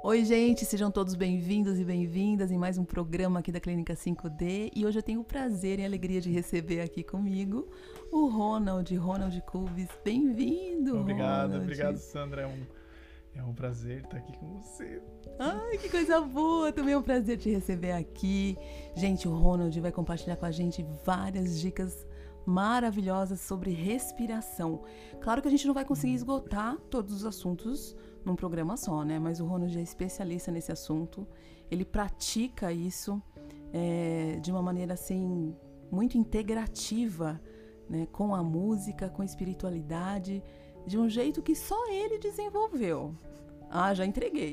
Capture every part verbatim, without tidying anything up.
Oi, gente, sejam todos bem-vindos e bem-vindas em mais um programa aqui da Clínica cinco D. E hoje eu tenho o prazer e a alegria de receber aqui comigo o Ronald, Ronald Kubis. Bem-vindo, Obrigado, Ronald. obrigado, Sandra. É um, é um prazer estar aqui com você. Ai, que coisa boa! Também é um prazer te receber aqui. Gente, o Ronald vai compartilhar com a gente várias dicas maravilhosas sobre respiração. Claro que a gente não vai conseguir esgotar todos os assuntos num programa só, né? Mas o Ronald é especialista nesse assunto. Ele pratica isso é, de uma maneira, assim, muito integrativa, né? Com a música, com a espiritualidade, de um jeito que só ele desenvolveu. Ah, já entreguei.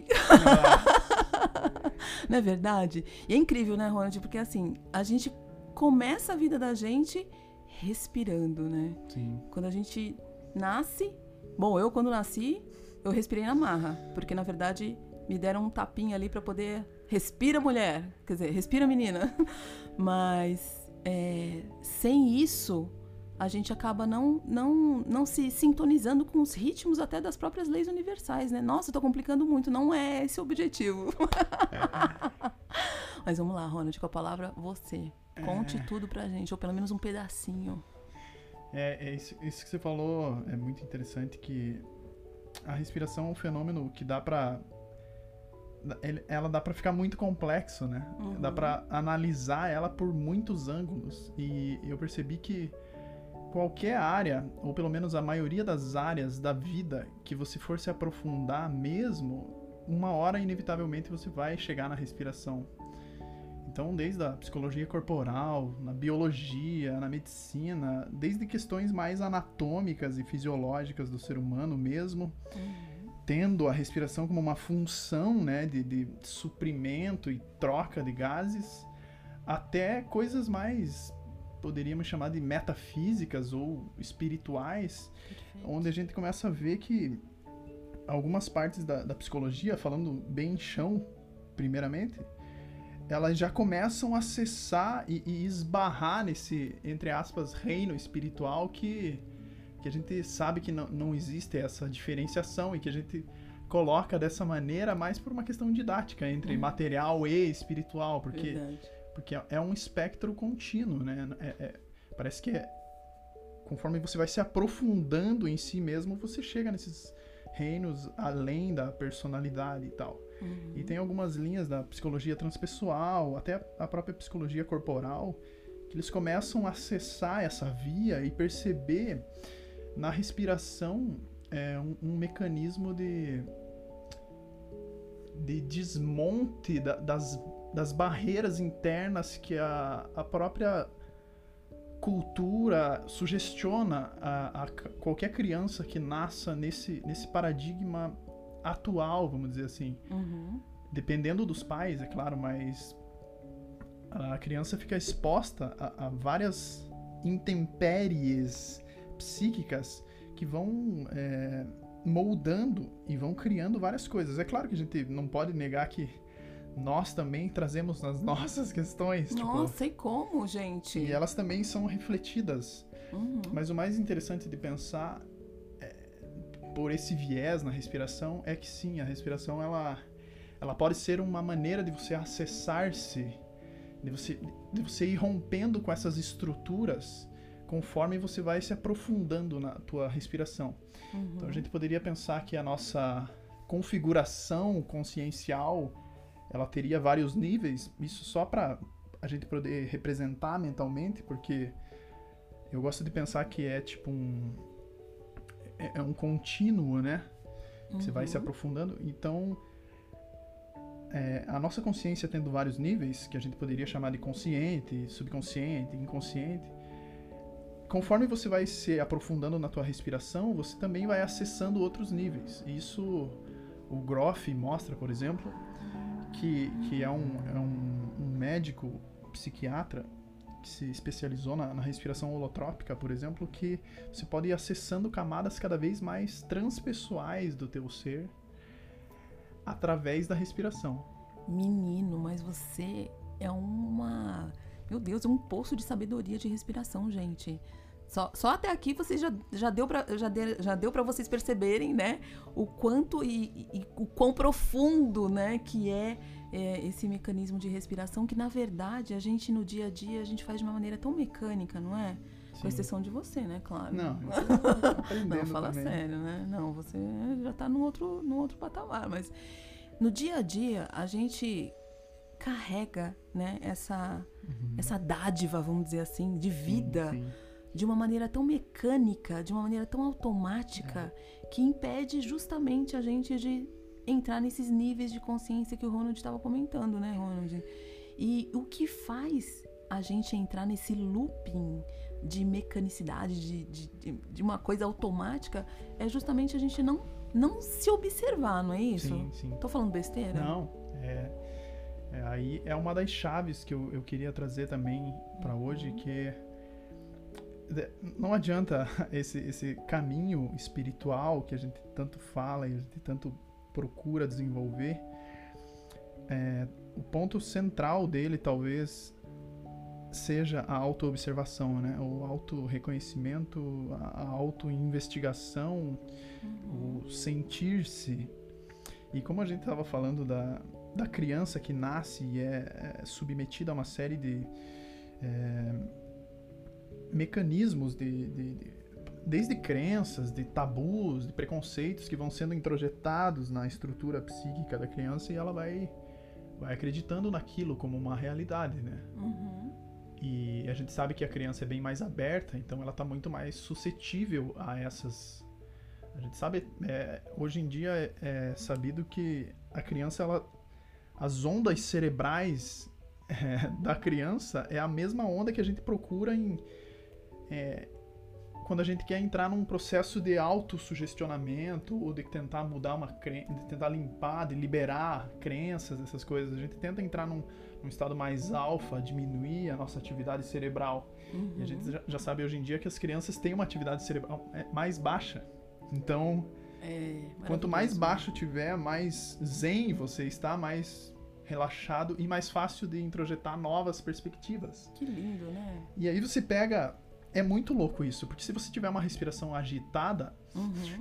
Não é verdade? E é incrível, né, Ronald? Porque, assim, a gente começa a vida da gente respirando, né? Sim. Quando a gente nasce... Bom, eu quando nasci, eu respirei na marra. Porque, na verdade, me deram um tapinha ali pra poder... Respira, mulher! Quer dizer, respira, menina! Mas, é, sem isso, a gente acaba não, não, não se sintonizando com os ritmos até das próprias leis universais, né? Nossa, eu tô complicando muito. Não é esse o objetivo. É. Mas vamos lá, Ronald, com a palavra você. Conte é. tudo pra gente, ou pelo menos um pedacinho. É, é isso, isso que você falou é muito interessante, que a respiração é um fenômeno que dá pra... Ela dá pra ficar muito complexo, né? Uhum. Dá pra analisar ela por muitos ângulos. E eu percebi que qualquer área, ou pelo menos a maioria das áreas da vida que você for se aprofundar mesmo, uma hora inevitavelmente você vai chegar na respiração. Então, desde a psicologia corporal, na biologia, na medicina, desde questões mais anatômicas e fisiológicas do ser humano mesmo, uhum. tendo a respiração como uma função, né, de, de suprimento e troca de gases, até coisas mais, poderíamos chamar de metafísicas ou espirituais, Perfeito. Onde a gente começa a ver que algumas partes da, da psicologia, falando bem em chão, primeiramente, elas já começam a acessar e, e esbarrar nesse, entre aspas, reino espiritual que, que a gente sabe que não, não existe essa diferenciação e que a gente coloca dessa maneira mais por uma questão didática entre uhum. material e espiritual, porque, porque é um espectro contínuo, né? É, é, parece que é, conforme você vai se aprofundando em si mesmo, você chega nesses reinos além da personalidade e tal. Uhum. E tem algumas linhas da psicologia transpessoal, até a própria psicologia corporal, que eles começam a acessar essa via e perceber na respiração é, um, um mecanismo de, de desmonte da, das, das barreiras internas que a, a própria cultura sugestiona a, a qualquer criança que nasça nesse, nesse paradigma atual, vamos dizer assim. Uhum. Dependendo dos pais, é claro, mas a criança fica exposta a, a várias intempéries psíquicas que vão é, moldando e vão criando várias coisas. É claro que a gente não pode negar que nós também trazemos nas nossas questões. Nossa, tipo, e como, gente? E elas também são refletidas. Uhum. Mas o mais interessante de pensar por esse viés na respiração é que sim, a respiração ela, ela pode ser uma maneira de você acessar-se, de você, de você ir rompendo com essas estruturas conforme você vai se aprofundando na tua respiração. Uhum. Então a gente poderia pensar que a nossa configuração consciencial ela teria vários níveis, isso só para a gente poder representar mentalmente, porque eu gosto de pensar que é tipo um é um contínuo, né? Uhum. Você vai se aprofundando. Então, é, a nossa consciência tendo vários níveis, que a gente poderia chamar de consciente, subconsciente, inconsciente, conforme você vai se aprofundando na tua respiração, você também vai acessando outros níveis. Isso, o Grof mostra, por exemplo, que, que é, um, é um, um médico psiquiatra que se especializou na, na respiração holotrópica, por exemplo, que você pode ir acessando camadas cada vez mais transpessoais do teu ser através da respiração. Menino, mas você é uma... Meu Deus, é um poço de sabedoria de respiração, gente. Só, só até aqui você já, já deu pra, já de, já deu para vocês perceberem, né, o quanto e, e, e o quão profundo, né, que é, é esse mecanismo de respiração, que na verdade a gente no dia a dia a gente faz de uma maneira tão mecânica, não é? Sim. Com exceção de você, né, claro. Não, eu tô aprendendo não, fala também. sério, né? Não, você já tá num outro, num outro patamar, mas no dia a dia a gente carrega, né, essa, uhum. essa dádiva, vamos dizer assim, de vida. Sim, sim. De uma maneira tão mecânica, de uma maneira tão automática, é. que impede justamente a gente de entrar nesses níveis de consciência que o Ronald estava comentando, né, Ronald? E o que faz a gente entrar nesse looping de mecanicidade, de, de, de uma coisa automática, é justamente a gente não, não se observar, não é isso? Sim, sim. Tô falando besteira? Não, é, é, aí é uma das chaves que eu, eu queria trazer também para uhum. hoje, que não adianta esse, esse caminho espiritual que a gente tanto fala e a gente tanto procura desenvolver. É, o ponto central dele talvez seja a autoobservação, né? O autorreconhecimento, a auto-investigação, uhum. o sentir-se. E como a gente estava falando da, da criança que nasce e é, é submetida a uma série de é, mecanismos de, de, de desde crenças, de tabus, de preconceitos que vão sendo introjetados na estrutura psíquica da criança, e ela vai, vai acreditando naquilo como uma realidade, né? Uhum. E a gente sabe que a criança é bem mais aberta, então ela está muito mais suscetível a essas... A gente sabe, é, hoje em dia é, é sabido que a criança, ela, as ondas cerebrais é, da criança é a mesma onda que a gente procura em É, quando a gente quer entrar num processo de autossugestionamento ou de tentar mudar uma crença, de tentar limpar, de liberar crenças, essas coisas, a gente tenta entrar num, num estado mais alfa, diminuir a nossa atividade cerebral. Uhum. E a gente já, já sabe hoje em dia que as crianças têm uma atividade cerebral mais baixa. Então, é, quanto mais baixo tiver, mais zen você está, mais relaxado e mais fácil de introjetar novas perspectivas. Que lindo, né? E aí você pega... É muito louco isso, porque se você tiver uma respiração agitada, uhum.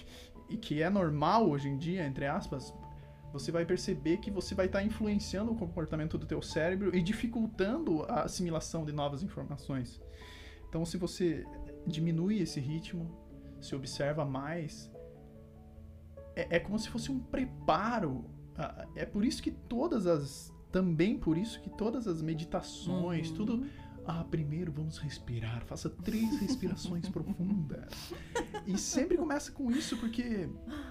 e que é normal hoje em dia, entre aspas, você vai perceber que você vai estar influenciando o comportamento do teu cérebro e dificultando a assimilação de novas informações. Então, se você diminui esse ritmo, se observa mais, é, é como se fosse um preparo. É por isso que todas as... Também por isso que todas as meditações, uhum. tudo... Ah, primeiro vamos respirar. Faça três respirações profundas. E sempre começa com isso, porque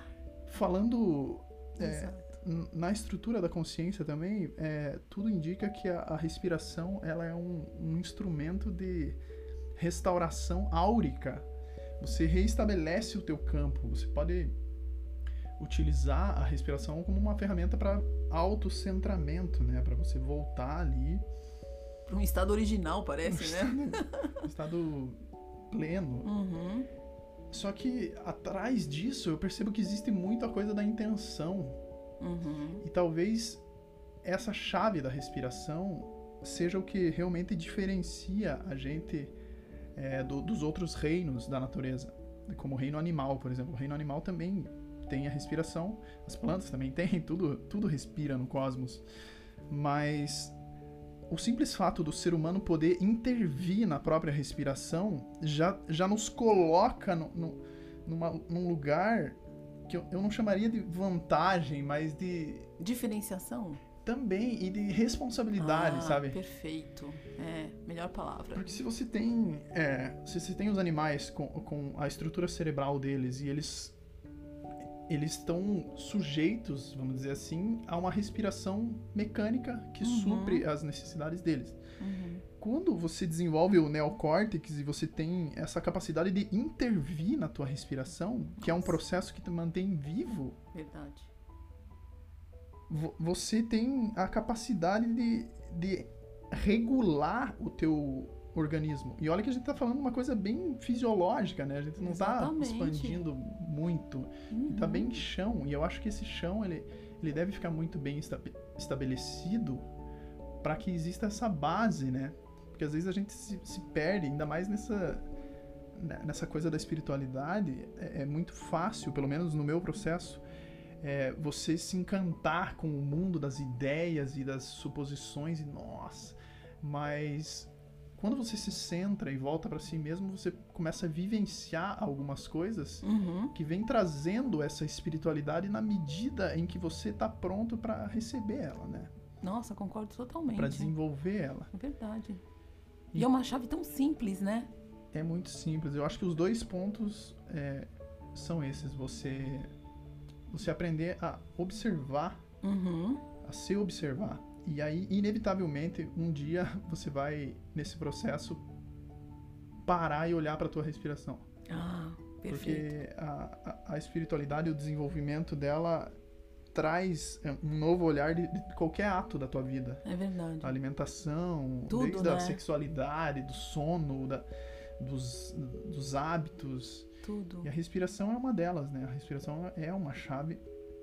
falando é, na estrutura da consciência também, é, tudo indica que a, a respiração ela é um, um instrumento de restauração áurica. Você reestabelece o teu campo. Você pode utilizar a respiração como uma ferramenta para autocentramento, né? Para você voltar ali para um estado original, parece, né? Um estado pleno. Uhum. Só que atrás disso eu percebo que existe muita coisa da intenção. Uhum. E talvez essa chave da respiração seja o que realmente diferencia a gente é, do, dos outros reinos da natureza. Como o reino animal, por exemplo. O reino animal também tem a respiração. As plantas também têm. Tudo, tudo respira no cosmos. Mas... o simples fato do ser humano poder intervir na própria respiração já, já nos coloca no, no, numa, num lugar que eu, eu não chamaria de vantagem, mas de... diferenciação? Também, e de responsabilidade, ah, sabe? Perfeito. É, melhor palavra. Porque se você tem, é, se você tem os animais com, com a estrutura cerebral deles e eles... eles estão sujeitos, vamos dizer assim, a uma respiração mecânica que uhum. supre as necessidades deles. Uhum. Quando você desenvolve o neocórtex e você tem essa capacidade de intervir na tua respiração, Nossa. que é um processo que te mantém vivo, verdade. Você tem a capacidade de, de regular o teu organismo. E olha que a gente tá falando uma coisa bem fisiológica, né? A gente não Exatamente. tá expandindo muito. Uhum. Tá bem chão. E eu acho que esse chão, ele, ele deve ficar muito bem esta- estabelecido para que exista essa base, né? Porque às vezes a gente se, se perde, ainda mais nessa, nessa coisa da espiritualidade, é, é muito fácil, pelo menos no meu processo, é, você se encantar com o mundo das ideias e das suposições, e nossa, mas quando você se centra e volta para si mesmo, você começa a vivenciar algumas coisas Uhum. que vem trazendo essa espiritualidade na medida em que você está pronto para receber ela, né? Nossa, concordo totalmente. Para desenvolver ela. É verdade. E- E é uma chave tão simples, né? É muito simples. Eu acho que os dois pontos é, são esses. Você, você aprender a observar, Uhum. a se observar. E aí, inevitavelmente, um dia você vai, nesse processo, parar e olhar para a tua respiração. Ah, perfeito. Porque a, a, a espiritualidade, o desenvolvimento dela traz é, um novo olhar de, de qualquer ato da tua vida. É verdade. A alimentação, Tudo, desde a né? sexualidade, do sono, da, dos, dos hábitos. Tudo. E a respiração é uma delas, né? A respiração é uma chave.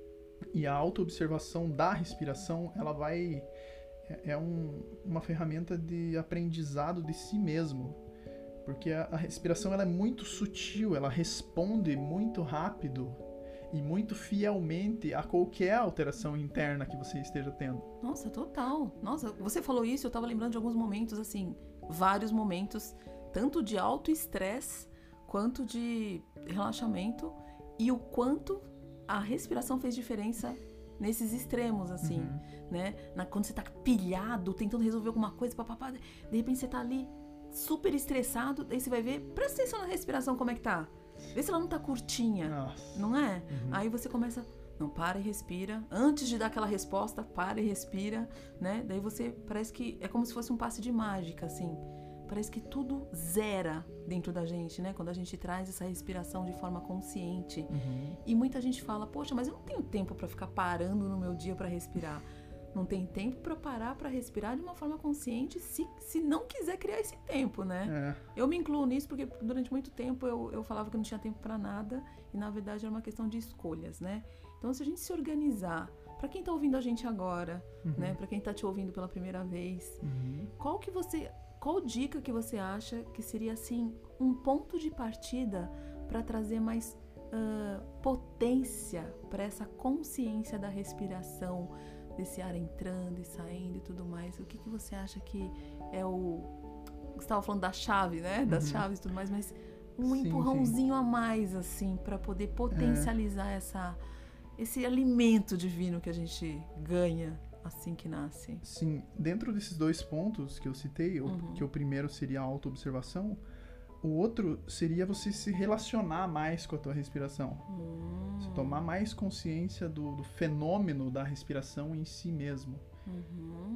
E a autoobservação da respiração, ela vai... É, é um, uma ferramenta de aprendizado de si mesmo. Porque a, a respiração, ela é muito sutil, ela responde muito rápido e muito fielmente a qualquer alteração interna que você esteja tendo. Nossa, total. Nossa, você falou isso, eu tava lembrando de alguns momentos, assim, vários momentos, tanto de alto estresse quanto de relaxamento, e o quanto a respiração fez diferença nesses extremos, assim, Uhum. né? Na, quando você tá pilhado, tentando resolver alguma coisa, papapá, de repente você tá ali super estressado, daí você vai ver, presta atenção na respiração, como é que tá. Vê se ela não tá curtinha, Nossa. não é? Uhum. Aí você começa, não, para e respira. Antes de dar aquela resposta, para e respira, né? Daí você, parece que é como se fosse um passe de mágica, assim. Parece que tudo zera dentro da gente, né? Quando a gente traz essa respiração de forma consciente. Uhum. E muita gente fala, poxa, mas eu não tenho tempo pra ficar parando no meu dia pra respirar. Não tem tempo pra parar pra respirar de uma forma consciente se, se não quiser criar esse tempo, né? É. Eu me incluo nisso porque durante muito tempo eu, eu falava que eu não tinha tempo pra nada e na verdade era uma questão de escolhas, né? Então se a gente se organizar, pra quem tá ouvindo a gente agora, Uhum. né? Pra quem tá te ouvindo pela primeira vez, Uhum. qual que você, qual dica que você acha que seria assim um ponto de partida pra trazer mais uh, potência pra essa consciência da respiração, desse ar entrando e saindo e tudo mais? O que, que você acha que é o... Você estava falando da chave, né? Das Uhum. chaves e tudo mais, mas um Sim, empurrãozinho a mais, assim, para poder potencializar essa, esse alimento divino que a gente ganha assim que nasce. Sim, dentro desses dois pontos que eu citei, o- Uhum. que o primeiro seria a autoobservação, o outro seria você se relacionar mais com a tua respiração. Hum, Você tomar mais consciência do, do fenômeno da respiração em si mesmo. uhum,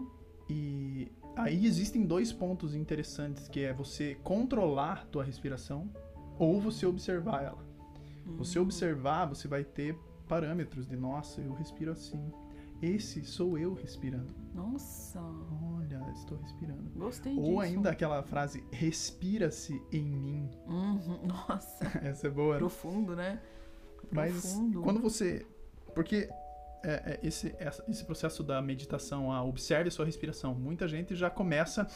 E aí existem dois pontos interessantes, que é você controlar a tua respiração ou você observar ela. Você hum. observar, você vai ter parâmetros de, nossa, eu respiro assim. Esse sou eu respirando. Nossa, Olha, estou respirando. gostei disso. Ou ainda aquela frase, respira-se em mim. Uhum, nossa, Essa é boa, né? profundo, né? Mas Profundo. quando você... Porque é, é, esse, essa- esse processo da meditação, a observe a sua respiração, muita gente já começa...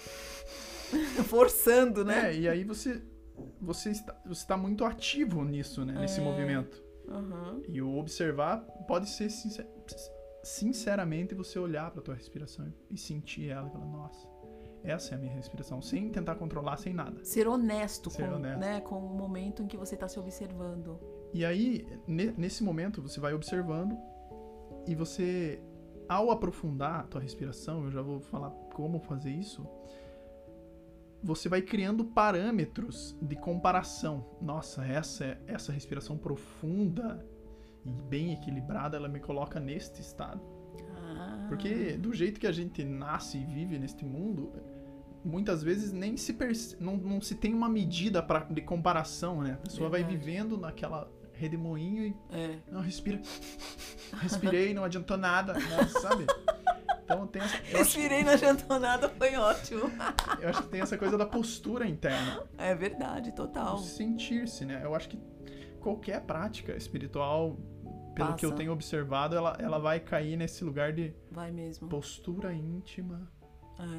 Forçando, né? né? E aí você, você, está, você está muito ativo nisso, né? Nesse É. movimento. Uhum. E o observar pode ser, sincer- sinceramente, você olhar para tua respiração e sentir ela e falar, nossa, essa é a minha respiração. Sem tentar controlar, sem nada. Ser honesto, Ser com, honesto. Né, com o momento em que você está se observando. E aí, ne- nesse momento, você vai observando e você, ao aprofundar a tua respiração, eu já vou falar como fazer isso, você vai criando parâmetros de comparação. Nossa, essa, essa respiração profunda e bem equilibrada, ela me coloca neste estado. Ah. Porque do jeito que a gente nasce e vive neste mundo, muitas vezes nem se perce- não, não se tem uma medida pra, de comparação, né? A pessoa vai Verdade. vivendo naquela redemoinho e É. não respira. Respirei, não adiantou nada, né? Sabe? Então tem essa, eu, acho, Respirei na jantonada, foi ótimo. eu acho que tem essa coisa da postura interna, É verdade, total. o sentir-se, né? Eu acho que qualquer prática espiritual, pelo que eu Passa. tenho observado, ela, ela vai cair nesse lugar de Vai mesmo. postura íntima, É.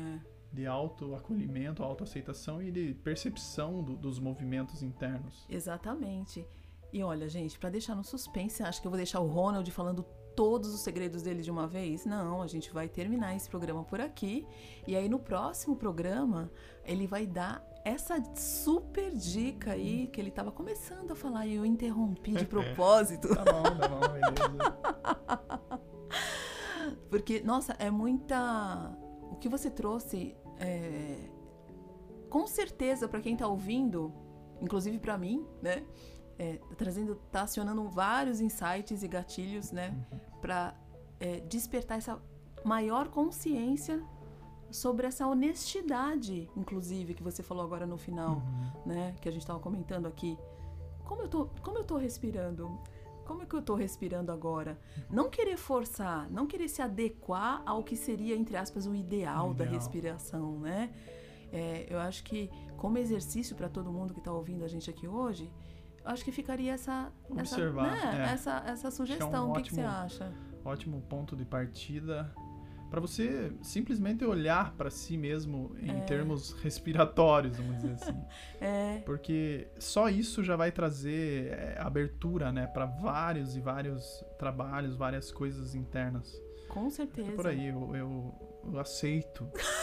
de autoacolhimento, autoaceitação e de percepção do, dos movimentos internos. Exatamente. E olha, gente, pra deixar no suspense, acho que eu vou deixar o Ronald falando todos os segredos dele de uma vez? Não, a gente vai terminar esse programa por aqui. E aí no próximo programa, ele vai dar essa super dica aí que ele tava começando a falar e eu interrompi de propósito. Tá bom, tá bom, beleza. Porque, nossa, é muita... O que você trouxe, é... com certeza, para quem tá ouvindo, inclusive para mim, né? É, tá trazendo, tá acionando vários insights e gatilhos, né? Uhum. Para é, despertar essa maior consciência sobre essa honestidade, inclusive, que você falou agora no final, uhum. né? Que a gente tava comentando aqui. Como eu tô, como eu tô respirando? Como é que eu tô respirando agora? Não querer forçar, não querer se adequar ao que seria, entre aspas, o ideal, o ideal. da respiração, né? É, eu acho que, como exercício para todo mundo que tá ouvindo a gente aqui hoje, acho que ficaria essa, Observar, essa, né? é. essa, essa sugestão. É um o que, ótimo, que você acha? Ótimo ponto de partida para você simplesmente olhar para si mesmo em é. termos respiratórios, vamos dizer assim. É. Porque só isso já vai trazer é, abertura, né, para vários e vários trabalhos, várias coisas internas. Com certeza. É por aí, eu, eu, eu aceito.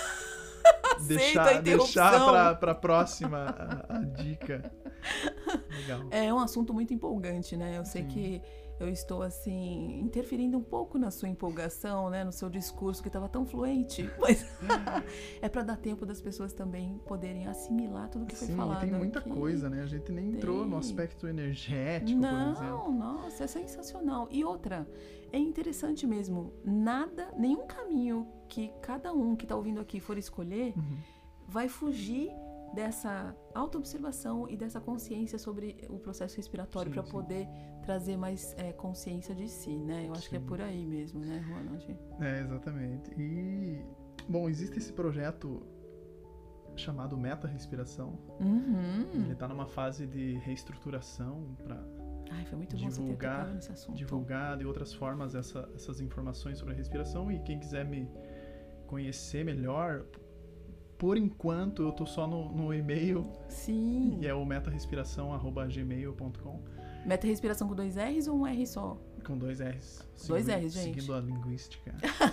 deixar deixar para a próxima a, a dica. Legal. É um assunto muito empolgante, né? Eu sei Sim. que eu estou, assim, interferindo um pouco na sua empolgação, né? No seu discurso que estava tão fluente. Mas é para dar tempo das pessoas também poderem assimilar tudo que Sim, foi falado tem muita aqui. coisa, né? A gente nem tem. entrou no aspecto energético, Não, por exemplo. Nossa, é sensacional. E outra, é interessante mesmo. Nada, nenhum caminho que cada um que está ouvindo aqui for escolher uhum. vai fugir dessa autoobservação e dessa consciência sobre o processo respiratório para poder trazer mais é, consciência de si, né? Eu acho sim. que é por aí mesmo, né, Ronald? É, exatamente. E, bom, existe esse projeto chamado Meta Respiração. Uhum. Ele está numa fase de reestruturação para divulgar, nesse assunto. divulgar de outras formas essa, essas informações sobre a respiração. E quem quiser me conhecer melhor... Por enquanto, eu tô só no, no e-mail. Sim. E é o metarespiração arroba gmail ponto com. Metarespiração com dois R's ou um R só? Com dois R's. Dois seguindo, R's, gente. Seguindo a linguística.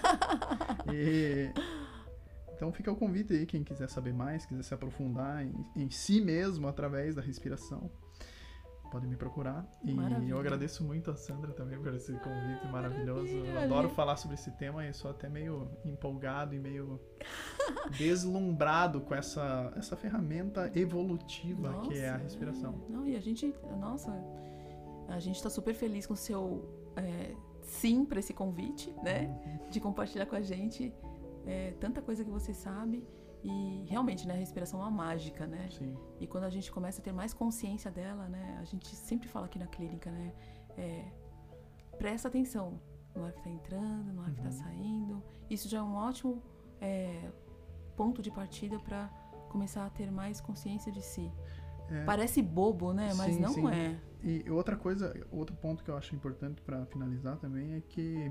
e, então fica o convite aí, quem quiser saber mais, quiser se aprofundar em, em si mesmo através da respiração. Pode me procurar. E Maravilha. eu agradeço muito a Sandra também por esse convite ah, maravilhoso. Eu adoro falar sobre esse tema e sou até meio empolgado e meio deslumbrado com essa, essa ferramenta evolutiva nossa, que é a respiração. É. Não, e a gente, nossa, a gente está super feliz com o seu é, sim para esse convite, né? Uhum. De compartilhar com a gente é, tanta coisa que você sabe. E realmente, né, a respiração é uma mágica, né? Sim. E quando a gente começa a ter mais consciência dela, né? A gente sempre fala aqui na clínica, né? É, presta atenção no ar que tá entrando, no ar uhum. que tá saindo. Isso já é um ótimo é, ponto de partida para começar a ter mais consciência de si. É. Parece bobo, né? Mas sim, não sim. é. E outra coisa, outro ponto que eu acho importante para finalizar também é que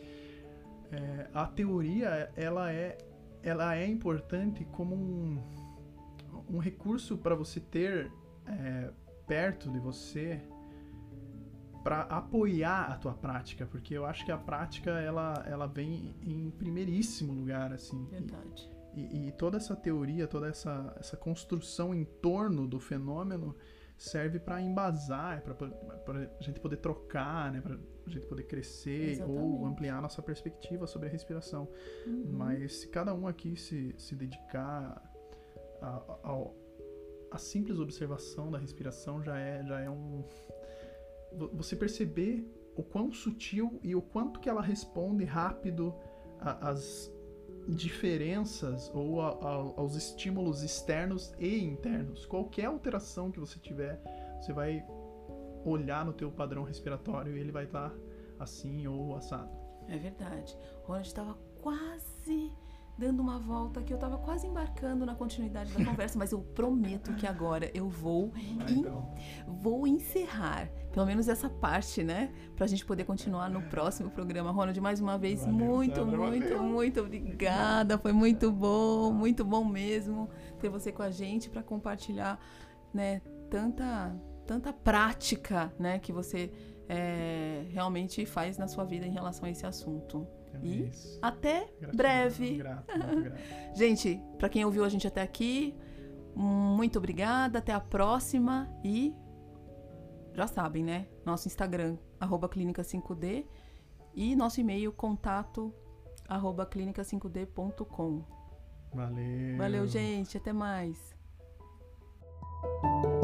é, a teoria, ela é ela é importante como um, um recurso para você ter é, perto de você para apoiar a tua prática, porque eu acho que a prática ela, ela vem em primeiríssimo lugar, assim. Verdade. E, e, e toda essa teoria, toda essa, essa construção em torno do fenômeno serve para embasar, para a gente poder trocar, né, para a gente poder crescer exatamente. Ou ampliar nossa perspectiva sobre a respiração. Uhum. Mas se cada um aqui se, se dedicar a, a, a simples observação da respiração já é, já é um... Você perceber o quão sutil e o quanto que ela responde rápido às diferenças ou a, a, aos estímulos externos e internos. Qualquer alteração que você tiver, você vai olhar no teu padrão respiratório e ele vai estar assim ou assado. É verdade. O Ronald estava quase dando uma volta que eu tava quase embarcando na continuidade da conversa, mas eu prometo que agora eu vou, in, vou encerrar, pelo menos essa parte, né? Pra gente poder continuar no próximo programa. Ronald, mais uma vez, valeu, muito, Sandra, muito, valeu. muito obrigada. Foi muito bom, muito bom mesmo ter você com a gente para compartilhar, né, tanta, tanta prática, né, que você é, realmente faz na sua vida em relação a esse assunto. E isso. Até Gratidão, breve. Grato, muito grato. Gente, para quem ouviu a gente até aqui, muito obrigada, até a próxima e já sabem, né? Nosso Instagram, arroba clínica cinco D e nosso e-mail, contato, arroba clínica cinco D ponto com. Valeu. Valeu, gente. Até mais.